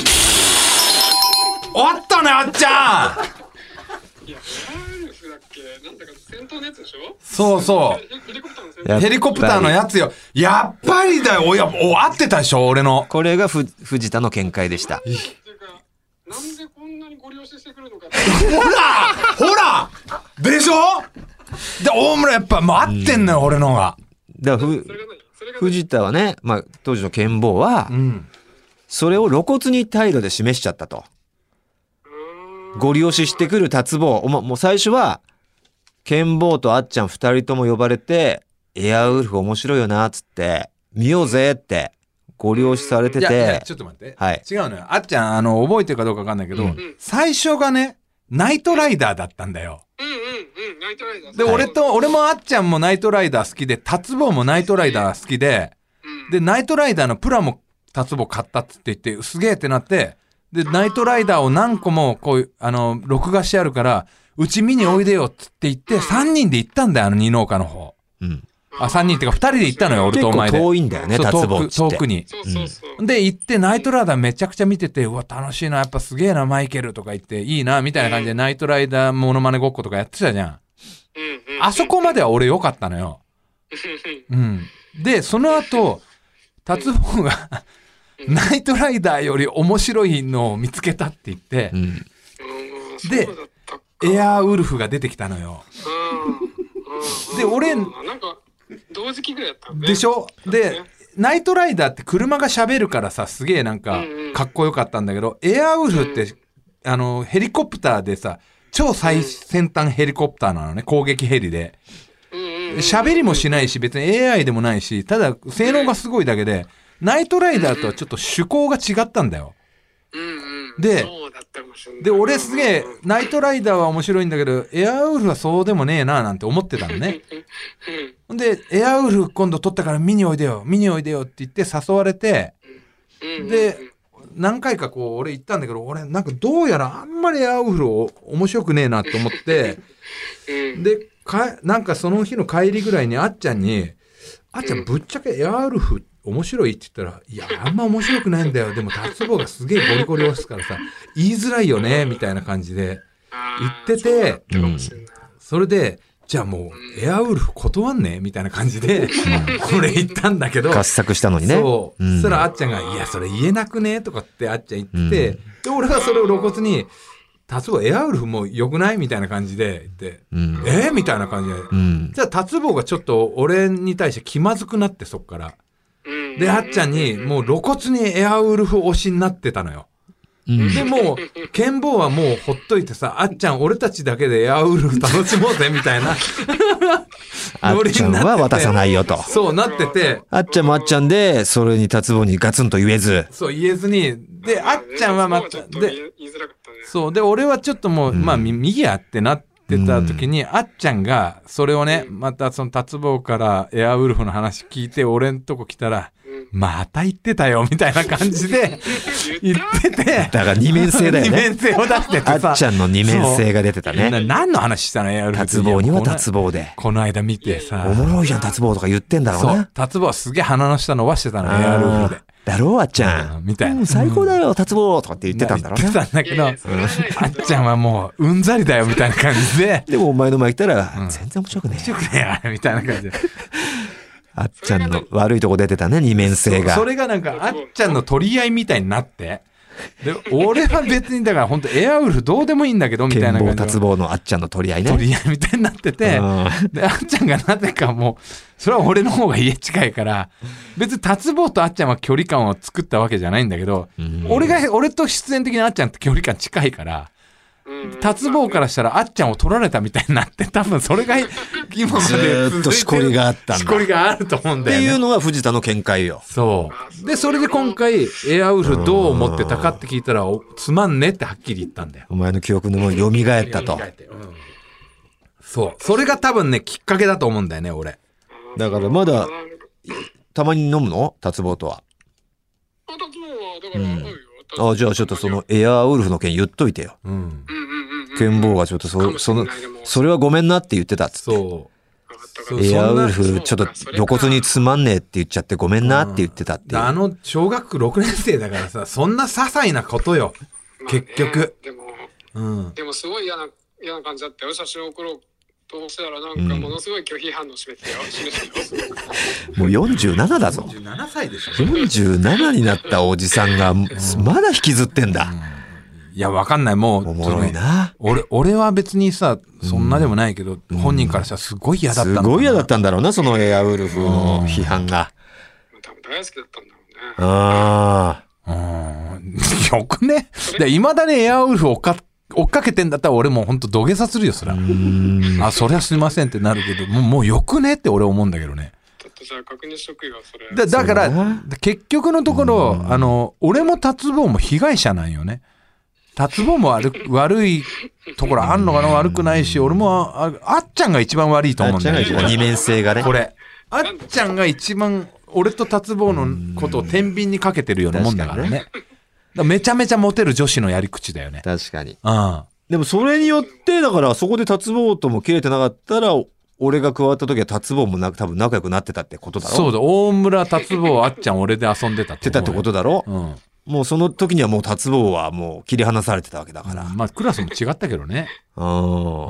Speaker 2: 終わったね、あっちゃん。いや、なんだか戦闘のやつでしょ？そうそう。ヘリコプターの戦闘。ヘリコプターのやつよ。やっぱりだよ。おや、お、合ってたでしょ、俺の。
Speaker 1: これがふ藤田の見解でした。
Speaker 3: なんでこんなにご利用してくるのか。
Speaker 2: ほらほらでしょ。で、大村やっぱもう合ってんのよ、うん、俺のが。
Speaker 1: だからふ藤田はね、まあ、当時の剣坊は、うん、それを露骨に態度で示しちゃったと。ご利用ししてくる達坊、もう最初は剣坊とあっちゃん二人とも呼ばれて、エアウルフ面白いよなっつって見ようぜってご利用しされてて。いやいや
Speaker 2: ちょっと待って、はい、違うのよ。あっちゃんあの覚えてるかどうか分かんないけど、うん、最初がねナイトライダーだったんだよ。うんうんうんナイトライダー。で、はい、俺と俺もあっちゃんもナイトライダー好きで、達坊もナイトライダー好きで、うん、でナイトライダーのプラも達坊買ったっつって言ってすげえってなって。で、ナイトライダーを何個もこう、あの、録画してあるから、うち見においでよって言って、さんにんで行ったんだよ、あの二農家の方。うん。あ、さんにんっていうかふたりで行ったのよ、俺とお前で。
Speaker 1: 結構遠いんだよね、達坊って。
Speaker 2: 遠くに。うん。で、行って、ナイトライダーめちゃくちゃ見てて、うわ、楽しいな、やっぱすげえな、マイケルとか言って、いいな、みたいな感じで、ナイトライダーモノマネごっことかやってたじゃん。あそこまでは俺良かったのよ。うん。で、その後、達坊が、ナイトライダーより面白いのを見つけたって言って、うん、でエアーウルフが出てきたのよ。で俺なんか
Speaker 3: 同時期ぐらいやったん
Speaker 2: でしょ。でナイトライダーって車が喋るからさすげえなんかかっこよかったんだけど、エアーウルフって、うん、あのヘリコプターでさ超最先端ヘリコプターなのね、攻撃ヘリで喋りもしないし別に エーアイ でもないし、ただ性能がすごいだけで、ナイトライダーとはちょっと趣向が違ったんだよ。うんうん、で、で、俺すげえ、ナイトライダーは面白いんだけど、エアウルフはそうでもねえななんて思ってたのね。で、エアウルフ今度撮ったから見においでよ、見においでよって言って誘われて、で、何回かこう俺行ったんだけど、俺なんかどうやらあんまりエアウルフ面白くねえなって思って、で、かなんかその日の帰りぐらいにあっちゃんに、あっちゃんぶっちゃけエアウルフ面白いって言ったら、いやあんま面白くないんだよ、でも達坊がすげえゴリゴリ押すからさ言いづらいよねみたいな感じで言ってて、うん、それでじゃあもうエアウルフ断んねみたいな感じで、うん、これ言ったんだけど
Speaker 1: 合作したのにね。
Speaker 2: そう、うん、そしたらあっちゃんがいやそれ言えなくねとかってあっちゃん言ってて、うん、で俺はそれを露骨に達坊エアウルフもう良くないみたいな感じで言って、うん、えー、みたいな感じで、うん、じゃあ達坊がちょっと俺に対して気まずくなって、そっからであっちゃんにもう露骨にエアウルフ推しになってたのよ。うん、でもう剣坊はもうほっといてさ、あっちゃん俺たちだけでエアウルフ楽しもうぜみたいな
Speaker 1: あっちゃんは渡さないよと
Speaker 2: そうなってて、
Speaker 1: あっちゃんもあっちゃんでそれに達坊にガツンと言えず、
Speaker 2: そう言えずに、であっちゃんはまたでそうで俺はちょっともう、うん、まあ右やってなってってた時に、うん、あっちゃんがそれをねまたその達坊からエアウルフの話聞いて俺んとこ来たら、うん、また言ってたよみたいな感じで言ってて、
Speaker 1: だから二面性だよね。
Speaker 2: 二面性を出しててさ、
Speaker 1: あっちゃんの二面性が出てたね。
Speaker 2: 何の話したのエアウルフ。
Speaker 1: 達坊には達坊で
Speaker 2: この間見てさ、
Speaker 1: おもろいじゃん達坊とか言ってんだろうな。そう
Speaker 2: 達坊はすげえ鼻の下伸ばしてたのエアウルフで。
Speaker 1: だろうあっちゃん、うん、みたいな、うん、最高だよ達坊とかって言ってたんだろう
Speaker 2: な。言ってたんだけど、あっちゃんはもううんざりだよみたいな感じで
Speaker 1: でもお前の前来たら、うん、全然面白くねえ
Speaker 2: 面白くねえやみたいな感じで
Speaker 1: あっちゃんの悪いとこ出てたね、二面性が。
Speaker 2: そ, それがなんかあっちゃんの取り合いみたいになって、で俺は別にだから本当エアウルフどうでもいいんだけどみたいな感じで、
Speaker 1: 剣坊達坊のあっちゃんの取り合いね、
Speaker 2: 取り合いみたいになってて、であっちゃんがなぜかもうそれは俺の方が家近いから別に達坊とあっちゃんは距離感を作ったわけじゃないんだけど、俺が俺と必然的にあっちゃんって距離感近いから達坊からしたらあっちゃんを取られたみたいになって、多分それが今まで
Speaker 1: ずっとしこりがあったんだ、
Speaker 2: しこりがあると思うんだよね
Speaker 1: っていうのが藤田の見解よ。
Speaker 2: そうでそれで今回エアウルフどう思ってたかって聞いたらつまんねってはっきり言ったんだよ。
Speaker 1: お前の記憶のも蘇ったと、うん、
Speaker 2: そうそれが多分ねきっかけだと思うんだよね俺。
Speaker 1: だからまだたまに飲むの達坊とは。
Speaker 3: あ達坊はだから、うん、
Speaker 1: あじゃあちょっとそのエアウルフの件言っといてよ、うん、 ケンボーがちょっと そ, そのそれはごめんなって言ってたっつって。そうエアウルフちょっと露骨につまんねえって言っちゃってごめんなって言ってたっていう、
Speaker 2: うん、あの小学ろくねん生だからさ、そんな些細なことよ、まあね、結局
Speaker 3: でも、
Speaker 2: うん、
Speaker 3: でもすごい嫌な嫌な感じだったよ。写真送ろうとしたらなんかものすごい拒否反応示してよ、うん、示してよ
Speaker 1: もうよんじゅうななだぞ。
Speaker 2: よんじゅうななさいでしょ。
Speaker 1: よんじゅうななになったおじさんがまだ引きずってんだ、
Speaker 2: うん、いやわかんない。もう
Speaker 1: おもろいな。
Speaker 2: 俺俺は別にさそんなでもないけど、うん、本人からしたらすごい嫌だったんだ。
Speaker 1: すごい嫌だったんだろうな、そのエアウルフの批判が。
Speaker 3: 多分大好きだったんだろうね。あ
Speaker 2: あ、うん、よくね。でいまだにエアウルフ追っか追っかけてんだったら俺もうほんと土下座するよそら。あ、そりゃすいませんってなるけど、もう、もうよくねって俺思うんだけどね。
Speaker 3: ちょっとじゃあ確認しとくよそれ。
Speaker 2: だ, だから結局のところ、あの俺も達坊も被害者なんよね。達坊も悪, 悪いところあんのかな。悪くないし、俺も あ, あっちゃんが一番悪いと思うんだよね。
Speaker 1: 二面性がね。
Speaker 2: これあっちゃんが一番俺と達坊のことを天秤にかけてるようなもんだからね。めちゃめちゃモテる女子のやり口だよね。
Speaker 1: 確かに。
Speaker 2: うん。
Speaker 1: でもそれによってだからそこで達坊とも切れてなかったら俺が加わった時は達坊もな多分仲良くなってたってことだろ。
Speaker 2: そうだ。大村達坊あっちゃん俺で遊んでたって
Speaker 1: たってことだろ。うん。もうその時にはもう達坊はもう切り離されてたわけだから。
Speaker 2: うん、まあクラスも違ったけどね。
Speaker 1: うん。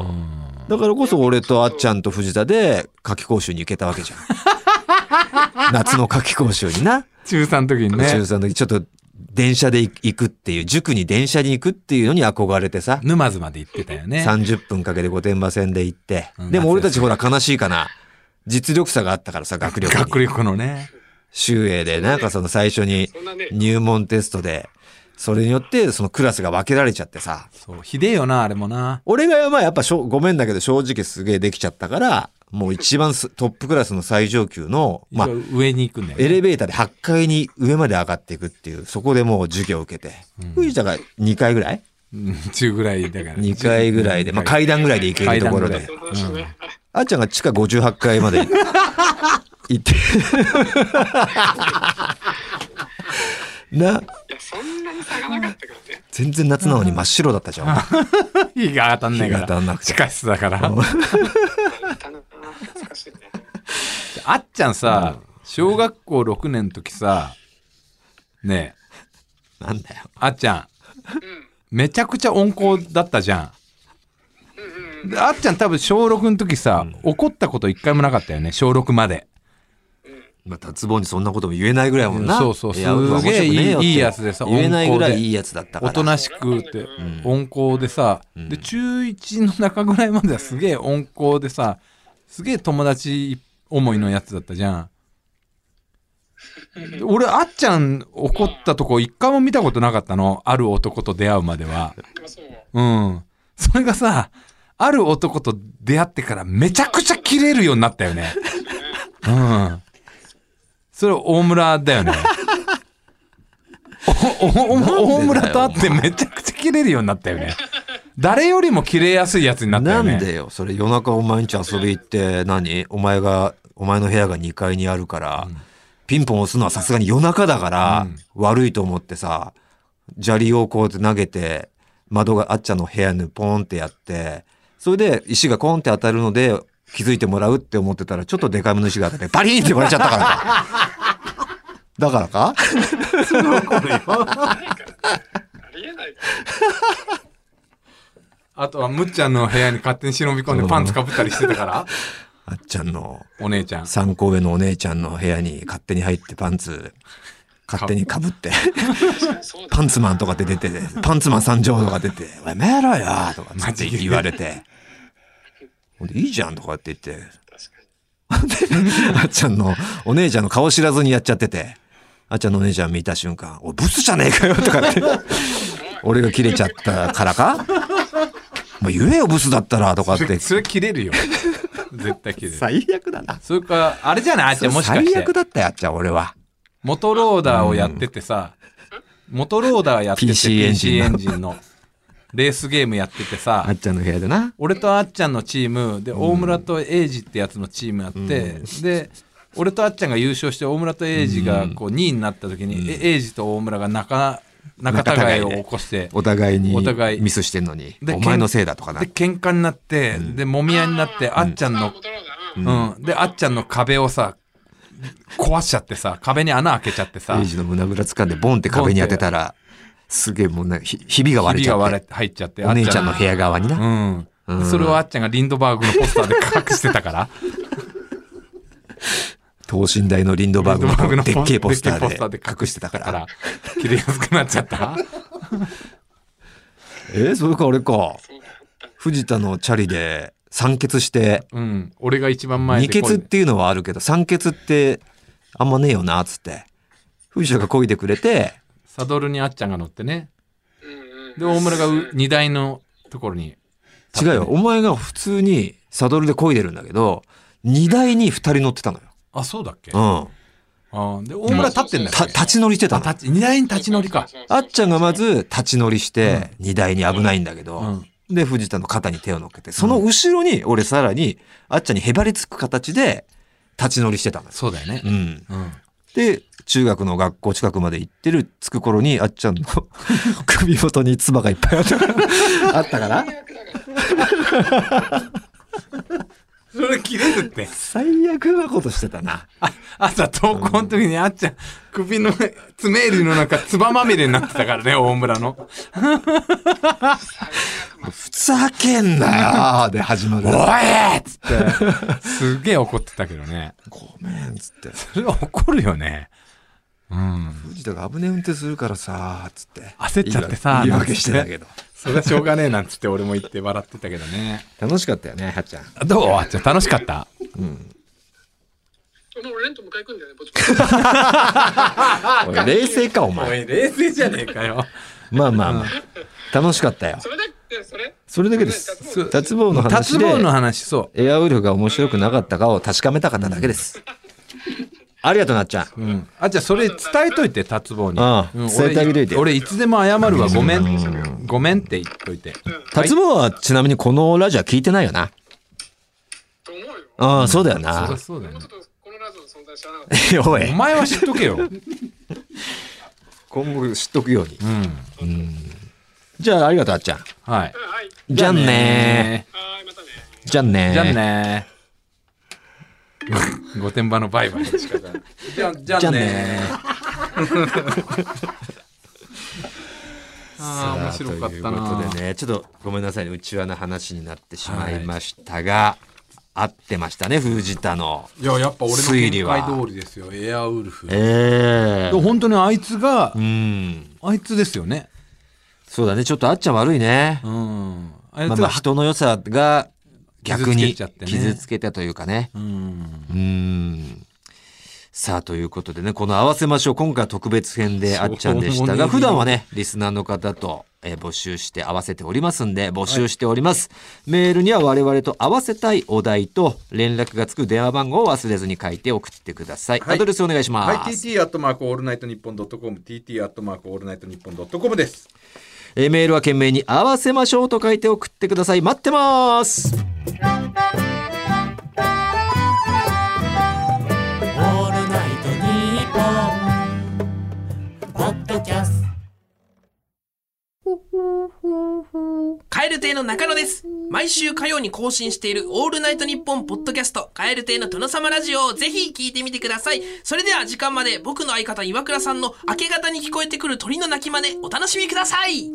Speaker 1: だからこそ俺とあっちゃんと藤田で夏期講習に行けたわけじゃん。夏の夏期講習にな。
Speaker 2: 中さんの時にね。
Speaker 1: 中さんの時ちょっと。電車で行くっていう、塾に電車に行くっていうのに憧れてさ、
Speaker 2: 沼津まで行ってたよね。
Speaker 1: さんじゅっぷんかけて御殿場線で行って、うん、でも俺たちほら悲しいかな、実力差があったからさ、学力に
Speaker 2: 学力のね、
Speaker 1: 秀英でなんかその最初に入門テストでそれによってそのクラスが分けられちゃってさ、
Speaker 2: そうひでえよなあれもな。
Speaker 1: 俺がまあやっぱしょごめんだけど正直すげえできちゃったから、もう一番トップクラスの最上級の、
Speaker 2: まあ、上に行くんだよね。
Speaker 1: エレベーターではちかいに上まで上がっていくっていう、そこでもう授業を受けて、藤田がにかいぐらい、
Speaker 2: うん、中ぐらいだから
Speaker 1: にかいぐらいで、まあ、階段ぐらいで行けるところで、うん、あっちゃんが地下ごじゅうはちかいまで行ってな。いや
Speaker 3: そんなに差がなかったからね。
Speaker 1: 全然夏なのに真っ白だったじゃん。
Speaker 2: 日が当たんないから。
Speaker 1: 日が当たんなくて。
Speaker 2: 地下室だから。あっちゃんさ、小学校ろくねんの時さ、ね
Speaker 1: え、なんだよ。
Speaker 2: あっちゃん、めちゃくちゃ温厚だったじゃん。であっちゃん多分小ろくの時さ、うん、怒ったこと一回もなかったよね、小ろくまで。
Speaker 1: まあ、達坊にそんなことも言えないぐらいもんな。
Speaker 2: そうそう、すげえいい、いいやつでさ、
Speaker 1: 言えないぐらいいいやつだったから。
Speaker 2: おとなしくて、うん、温厚でさ、うん、で中いちの中ぐらいまではすげえ温厚でさ、すげえ友達思いのやつだったじゃん。俺あっちゃん怒ったとこ一回も見たことなかったの、ある男と出会うまでは。うん。それがさ、ある男と出会ってからめちゃくちゃキレるようになったよね。うん。それ大村だよね。おおお大村と会ってめちゃくちゃキレるようになったよね。誰よりもキレやすいやつになったよね。
Speaker 1: なんでよ、それ夜中お前んち遊び行って何、お前がお前の部屋がにかいにあるから、うん、ピンポン押すのはさすがに夜中だから、うん、悪いと思ってさ、砂利をこう投げて窓があっちゃんの部屋にポンってやって、それで石がコンって当たるので気づいてもらうって思ってたら、ちょっとでかめの石が当たってバリーンって割れちゃったからか。だからか。
Speaker 2: その頃よ。
Speaker 3: ありえないから。
Speaker 2: あとはむっちゃんの部屋に勝手に忍び込んでパンツかぶったりしてたから。
Speaker 1: あっちゃんの
Speaker 2: お姉ちゃん、
Speaker 1: さんこ上のお姉ちゃんの部屋に勝手に入ってパンツ勝手にかぶってパンツマンとかって出て、パンツマン参上とか出て、おいめろよとかって言われて、いいじゃんとかって言って、あっちゃんのお姉ちゃんの顔知らずにやっちゃってて、あっちゃんのお姉ちゃん見た瞬間、おいブスじゃねえかよとかって俺がキレちゃったからか、もう言えよブスだったらとかって。
Speaker 2: それキレるよ絶対キレる。
Speaker 1: 最悪だな。
Speaker 2: それかあれじゃない、あっちゃんもしかして
Speaker 1: 最悪だったよあっちゃん。俺は
Speaker 2: モトローダーをやっててさ、うん、モトローダーやってて ピーシー エンジン エンジンのレースゲームやっててさ、
Speaker 1: あっちゃんの部屋でな、
Speaker 2: 俺とあっちゃんのチームで大村と英二ってやつのチームやって、うん、で俺とあっちゃんが優勝して大村と英二がこうにいになった時に、うん、英二と大村が仲仲違いを起こして
Speaker 1: お互いにミスしてんのにお前のせいだとかな。
Speaker 2: で喧嘩になって、うん、で揉み合いになって、うん、あっちゃんの、うんうん、であっちゃんの壁をさ壊しちゃってさ、壁に穴開けちゃってさ、
Speaker 1: エイジの胸ぐら掴んでボンって壁に当てたらすげえもうなひひびが割れちゃって、ひびが割れ
Speaker 2: 入っちゃって、
Speaker 1: お姉ちゃんの部屋側にな、
Speaker 2: うんうん、それをあっちゃんがリンドバーグのポスターで隠してたから
Speaker 1: 等身大のリンドバーグのでっけえポスターで隠してたから
Speaker 2: 切れやすくなっちゃった
Speaker 1: えー、それかあれか藤田のチャリで三欠して、
Speaker 2: うん、俺が一番前で
Speaker 1: 二欠っていうのはあるけど三欠ってあんまねえよなっつって藤田が漕いでくれて
Speaker 2: サドルにあっちゃんが乗ってね、で大村が荷台のところに、ね、
Speaker 1: 違うよ、お前が普通にサドルで漕いでるんだけど荷台に二人乗ってたのよ。
Speaker 2: あ、そうだっけ。
Speaker 1: うん。
Speaker 2: あで大村立ってんだよ、
Speaker 1: ね、立ち乗りしてたの。
Speaker 2: 荷台に立ち乗りか。
Speaker 1: あっちゃんがまず立ち乗りして荷台に危ないんだけど、うん、で藤田の肩に手を乗っけてその後ろに俺さらにあっちゃんにへばりつく形で立ち乗りしてたのよ。
Speaker 2: そうだよね。
Speaker 1: うん。うん、で中学の学校近くまで行ってる着く頃にあっちゃんの首元に唾がいっぱいあったあったから
Speaker 2: それ切れるって
Speaker 1: 最悪なことしてたな。
Speaker 2: あ朝登校の時にあっちゃん首の爪襟の中唾まみれになってたからね大村の
Speaker 1: ふざけんなよで始まる
Speaker 2: おいっつってすげえ怒ってたけどね。
Speaker 1: ごめんっつって
Speaker 2: それは怒るよね。うん、
Speaker 1: 藤田が危ねえ運転するからさつって
Speaker 2: 焦っちゃってさ
Speaker 1: 言い訳してたけど
Speaker 2: それはしょうがねえなんつって俺も言って笑ってたけどね。
Speaker 1: 楽しかったよねはっちゃん。
Speaker 2: どうはっちゃん楽しかった。
Speaker 3: うん。もうレント迎え行くんだよねぼちぼち。
Speaker 1: おい冷静かお前。
Speaker 2: おい冷静じゃねえかよ。
Speaker 1: まあまあまあ楽しかったよ。
Speaker 3: それだけそれ
Speaker 1: それだけです。脱帽の話で
Speaker 2: 脱帽の話そう
Speaker 1: エアウルフが面白くなかったかを確かめたかっただけです。ありがとうなっちゃん、
Speaker 2: うん、あじゃあそれ伝えといて達坊に、
Speaker 1: ああ、うん、伝えてあげといて。
Speaker 2: 俺いつでも謝るわごめん、うん、ごめんって言っといて。
Speaker 1: 達坊はちなみにこのラジオ聞いてないよな。
Speaker 3: と思うよ。
Speaker 1: ああそうだよな。
Speaker 2: そうそうだよね。
Speaker 3: このラジオの存在知らなかった。
Speaker 1: おい
Speaker 2: お前は知っとけよ
Speaker 1: 今後知っとくように、うん、うん、じゃあありがとうあっちゃん。
Speaker 2: はい、
Speaker 1: じゃんねー。
Speaker 3: はいまたね。
Speaker 1: じゃんねー。
Speaker 2: じゃんねー。御殿場のバイバイの仕方。じゃじゃんねああ面白かったな。
Speaker 1: ということでねちょっとごめんなさいね内輪な話になってしまいましたが、はい、合ってましたね藤田の推理は。
Speaker 2: いややっぱ俺の見解通りですよエアウルフ。
Speaker 1: ええー、
Speaker 2: 本当にあいつが、
Speaker 1: うん、
Speaker 2: あいつですよね。
Speaker 1: そうだねちょっとあっちゃん悪いね。
Speaker 2: うん。
Speaker 1: あいつは、まあ、まあ人の良さが逆に傷つけたというかね。
Speaker 2: うん
Speaker 1: うーんさあということでねこの合わせましょう今回は特別編であっちゃんでしたが普段はねリスナーの方と、えー、募集して合わせておりますんで募集しております、はい、メールには我々と合わせたいお題と連絡がつく電話番号を忘れずに書いて送ってください、はい、アドレスお願いします。
Speaker 2: はい ティーティー アットマークオールナイトニッポンドットコム ティーティー アットマークオールナイトニッポンドットコムです。
Speaker 1: えー、メールは懸命に合わせましょうと書いて送ってください。待ってます。
Speaker 4: 蛙亭の中野です。毎週火曜に更新しているオールナイトニッポンポッドキャスト蛙亭の殿様ラジオをぜひ聞いてみてください。それでは時間まで僕の相方岩倉さんの明け方に聞こえてくる鳥の鳴き真似お楽しみください。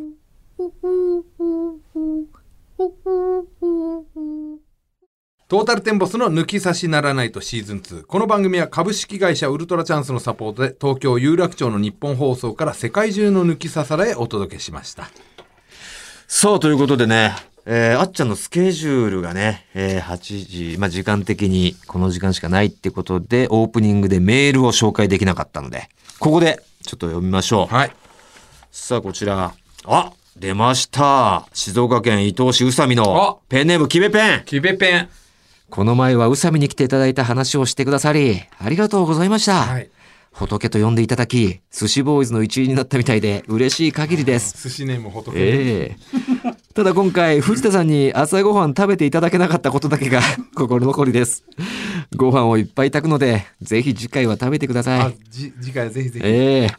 Speaker 2: トータルテンボスの抜き差しならないとシーズンツー。この番組は株式会社ウルトラチャンスのサポートで東京有楽町の日本放送から世界中の抜き差されへお届けしました。
Speaker 1: さあということでね、えー、あっちゃんのスケジュールがね、えー、はちじ、まあ、時間的にこの時間しかないってことでオープニングでメールを紹介できなかったのでここでちょっと読みましょう。
Speaker 2: はい。
Speaker 1: さあこちらあ出ました静岡県伊東市宇佐美のペンネームキベペン。
Speaker 2: キベペン
Speaker 1: この前は宇佐美に来ていただいた話をしてくださりありがとうございました、
Speaker 2: はい、
Speaker 1: 仏と呼んでいただき寿司ボーイズの一員になったみたいで嬉しい限りです。
Speaker 2: 寿司ネーム仏、
Speaker 1: えー、ただ今回藤田さんに朝ごはん食べていただけなかったことだけが心残りです。ご飯をいっぱい炊くのでぜひ次回は食べてください。
Speaker 2: あじ次回はぜひぜひ、
Speaker 1: えー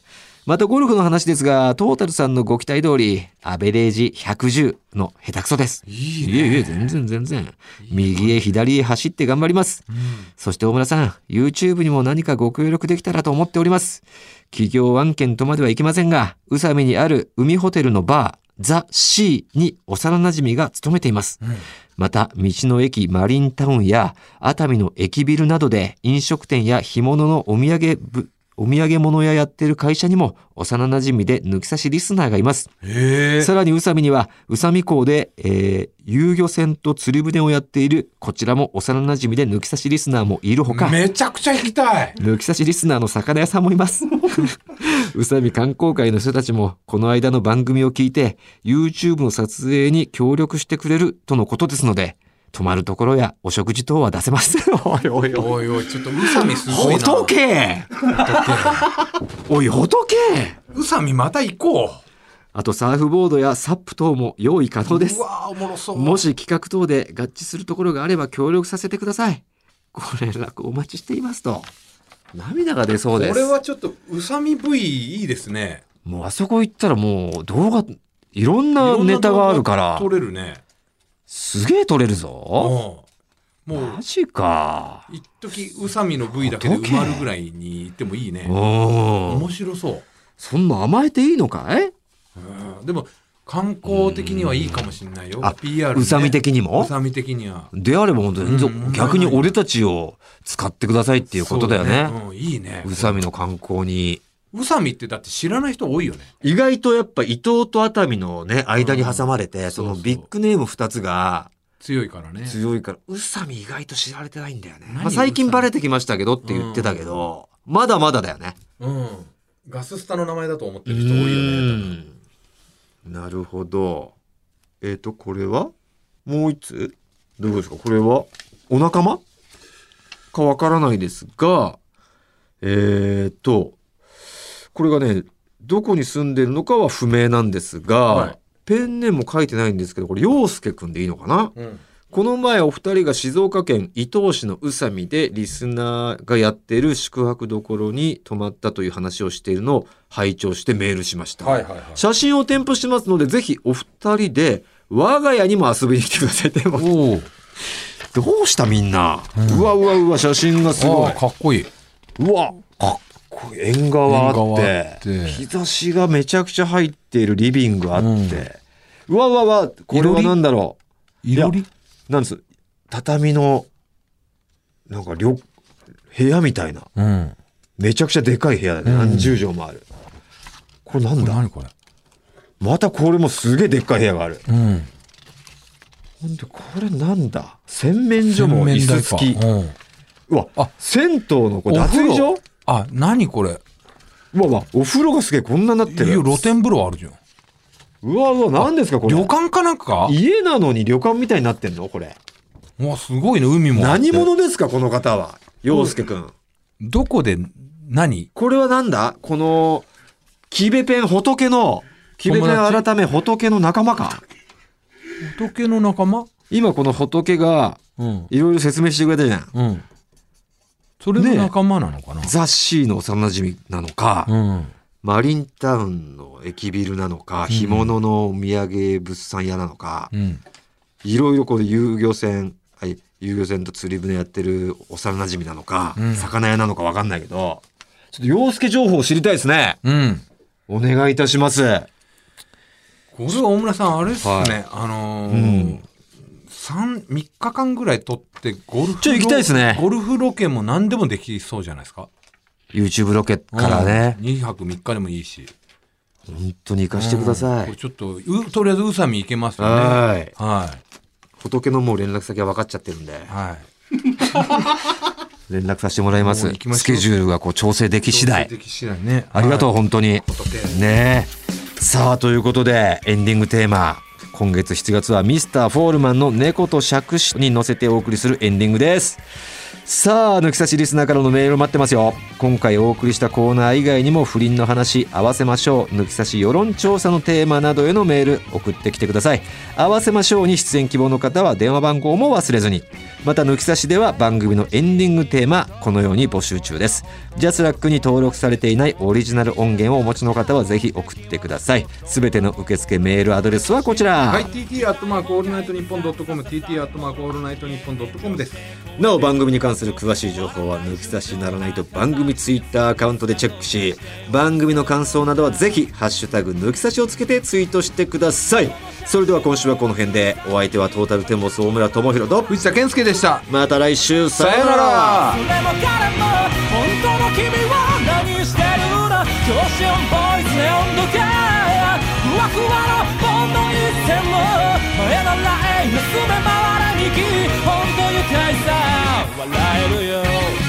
Speaker 1: またゴルフの話ですが、トータルさんのご期待通りアベレージひゃくじゅうの下手くそです。
Speaker 2: いいね。
Speaker 1: いえいえ、全然全然右へ左へ走って頑張ります、うん、そして大村さん YouTube にも何かご協力できたらと思っております。企業案件とまではいきませんが、宇佐美にある海ホテルのバーザ・シーに幼馴染が勤めています、うん、また道の駅マリンタウンや熱海の駅ビルなどで飲食店や干物のお土産ぶお土産物屋やってる会社にも幼馴染で抜き差しリスナーがいます。
Speaker 2: へー。
Speaker 1: さらに宇佐美には宇佐美港で、えー、遊漁船と釣り船をやっているこちらも幼馴染で抜き差しリスナーもいるほか、
Speaker 2: めちゃくちゃ行きたい。
Speaker 1: 抜き差しリスナーの魚屋さんもいます宇佐美観光会の人たちもこの間の番組を聞いて YouTube の撮影に協力してくれるとのことですので、泊まるところやお食事等は出せますおいおい
Speaker 2: おいおい、ちょっと宇佐美すごいな。
Speaker 1: ほとけおいほとけ
Speaker 2: 宇佐美また行こう。
Speaker 1: あとサーフボードやサップ等も用意可能です。
Speaker 2: うわおもろそう。
Speaker 1: もし企画等で合致するところがあれば協力させてください。ご連絡お待ちしていますと。涙が出そうです。
Speaker 2: これはちょっと宇佐美 V いいですね。
Speaker 1: もうあそこ行ったらもう動画いろんなネタがあるから
Speaker 2: 撮れるね。
Speaker 1: すげえ撮れるぞ。
Speaker 2: もう
Speaker 1: マジか。
Speaker 2: 一時宇佐美の V だけで埋まるぐらいに行ってもいいね。面白そう。
Speaker 1: そんな甘えていいのかい？
Speaker 2: でも観光的にはいいかもしれないよ。
Speaker 1: あ、
Speaker 2: ピーアール、ね、
Speaker 1: 宇佐美的にも？
Speaker 2: 宇佐美的には。
Speaker 1: であれば本当に、うん、逆に俺たちを使ってくださいっていうことだよね。
Speaker 2: うん、いいね。
Speaker 1: 宇佐美の観光に。
Speaker 2: 宇佐美ってだって知らない人多いよね。
Speaker 1: 意外とやっぱ伊東と熱海のね間に挟まれて、うん、そのビッグネームふたつが
Speaker 2: 強いからね。
Speaker 1: 強いから宇佐美意外と知られてないんだよね。まあ、最近バレてきましたけどって言ってたけど、うん、まだまだだよね。
Speaker 2: うん。ガススタの名前だと思ってる人多いよね。
Speaker 1: なるほど。えっとこれはもう一つどうですか。これはお仲間かわからないですが、えっとこれがねどこに住んでるのかは不明なんですが、はい、ペンネームも書いてないんですけど、これ陽介くんでいいのかな、うん、この前お二人が静岡県伊東市の宇佐美でリスナーがやっている宿泊どころに泊まったという話をしているのを拝聴してメールしました、はいはいはい、写真を添付しますのでぜひお二人で我が家にも遊びに来てくださいって。おどうしたみんな、うん、うわうわうわ写真がすごい
Speaker 2: かっこいい。
Speaker 1: うわかっ縁側あって日差しがめちゃくちゃ入っているリビングあって、うん、うわうわうわこれはなんだろう。
Speaker 2: いろり
Speaker 1: なんです畳のなんか部屋みたいな、うん、めちゃくちゃでかい部屋だね、うん、何十畳もある。これなんだ。
Speaker 2: これ何これ。
Speaker 1: またこれもすげえでっかい部屋がある、うん、ほんでこれなんだ。洗面所も椅子付き、うん、うわあ銭湯のこれ脱衣所。
Speaker 2: あ、何これ。
Speaker 1: うわうわお風呂がすげえこんなになってる。
Speaker 2: いや露天風呂あるじゃん。
Speaker 1: うわうわ何ですかこれ。
Speaker 2: 旅館かなんか。
Speaker 1: 家なのに旅館みたいになってんのこれ。
Speaker 2: うわすごいね。海もあって。
Speaker 1: 何者ですかこの方は。陽介くん
Speaker 2: どこで何
Speaker 1: これはなんだ。このキベペン仏のキベペン改め仏の仲間か。
Speaker 2: 仏の仲間。
Speaker 1: 今この仏がいろいろ説明してくれたじゃん、うん、
Speaker 2: それの仲間なのかな、
Speaker 1: ね、ザ・シーの幼馴染なのか、うん、マリンタウンの駅ビルなのか、うん、干物のお土産物産屋なのか、うん、いろいろこれ遊漁船、はい、遊漁船と釣り船やってる幼馴染なのか、うん、魚屋なのか分かんないけどちょっと陽介情報を知りたいですね、うん、お願いいたします。
Speaker 2: これは大村さんあれですね、はい、あのーうんみっかかんぐらい撮ってゴルフ
Speaker 1: ちょ行きたいですね。
Speaker 2: ゴルフロケも何でもできそうじゃないですか。
Speaker 1: YouTube ロケからね、
Speaker 2: うん、にはくみっかでもいいし
Speaker 1: 本当に行かしてください、うん、
Speaker 2: これちょっととりあえず宇佐美行けますよね。
Speaker 1: はい、はい、仏のもう連絡先は分かっちゃってるんで、はい、連絡させてもらいます。スケジュールがこう調整でき次第、
Speaker 2: 調整でき次第ね、
Speaker 1: ありがとう、はい、本当に
Speaker 2: 仏
Speaker 1: ね。さあということでエンディングテーマ、今月しちがつはミスターフォールマンの猫と杓子に乗せてお送りするエンディングです。 さあ抜き差しリスナーからのメール待ってますよ。今回お送りしたコーナー以外にも不倫の話合わせましょう、抜き差し世論調査のテーマなどへのメール送ってきてください。合わせましょうに出演希望の方は電話番号も忘れずに。また抜き差しでは番組のエンディングテーマこのように募集中です。ジャスラックに登録されていないオリジナル音源をお持ちの方はぜひ送ってください。すべての受付メールアドレスはこちら、
Speaker 2: はい、ティーティー アットマークオールナイトニッポンドットコム ティーティー アットマークオールナイトニッポンドットコムです。
Speaker 1: なお番組に関する詳しい情報は抜き差しならないと番組ツイッターアカウントでチェックし、番組の感想などはぜひハッシュタグ抜き差しをつけてツイートしてください。それでは今週はこの辺で、お相手はトータルテンボス大村智広と
Speaker 2: 藤田健介でした。
Speaker 1: また来週、さよなら。
Speaker 5: それも彼も本当の君は何してるの、教師オンボーイズネオン時計、ふわふわのボンド一線も前のライン盗め回れ右、本当愉快さ笑えるよ。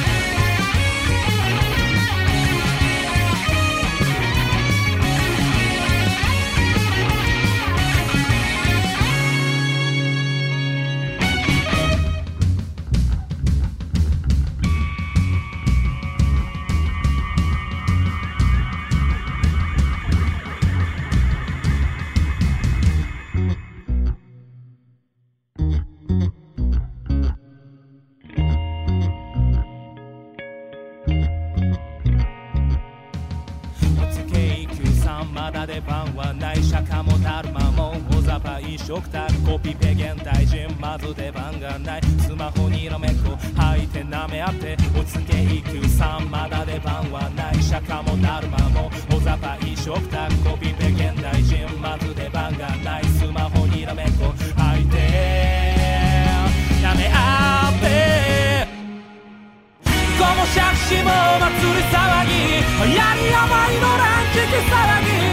Speaker 5: まだ出番はない釈迦もだるまも大雑把飲食宅コピペ現代人まず出番がない、スマホにらめっこ吐いて舐め合っておつけいくさん、まだ出番はない釈迦もだるまも大雑把飲食宅コピペ現代人まず出番がない、スマホにらめっこ吐いて舐め合ってごもしゃくしも祭り騒ぎ、流行り余りの乱食騒ぎ、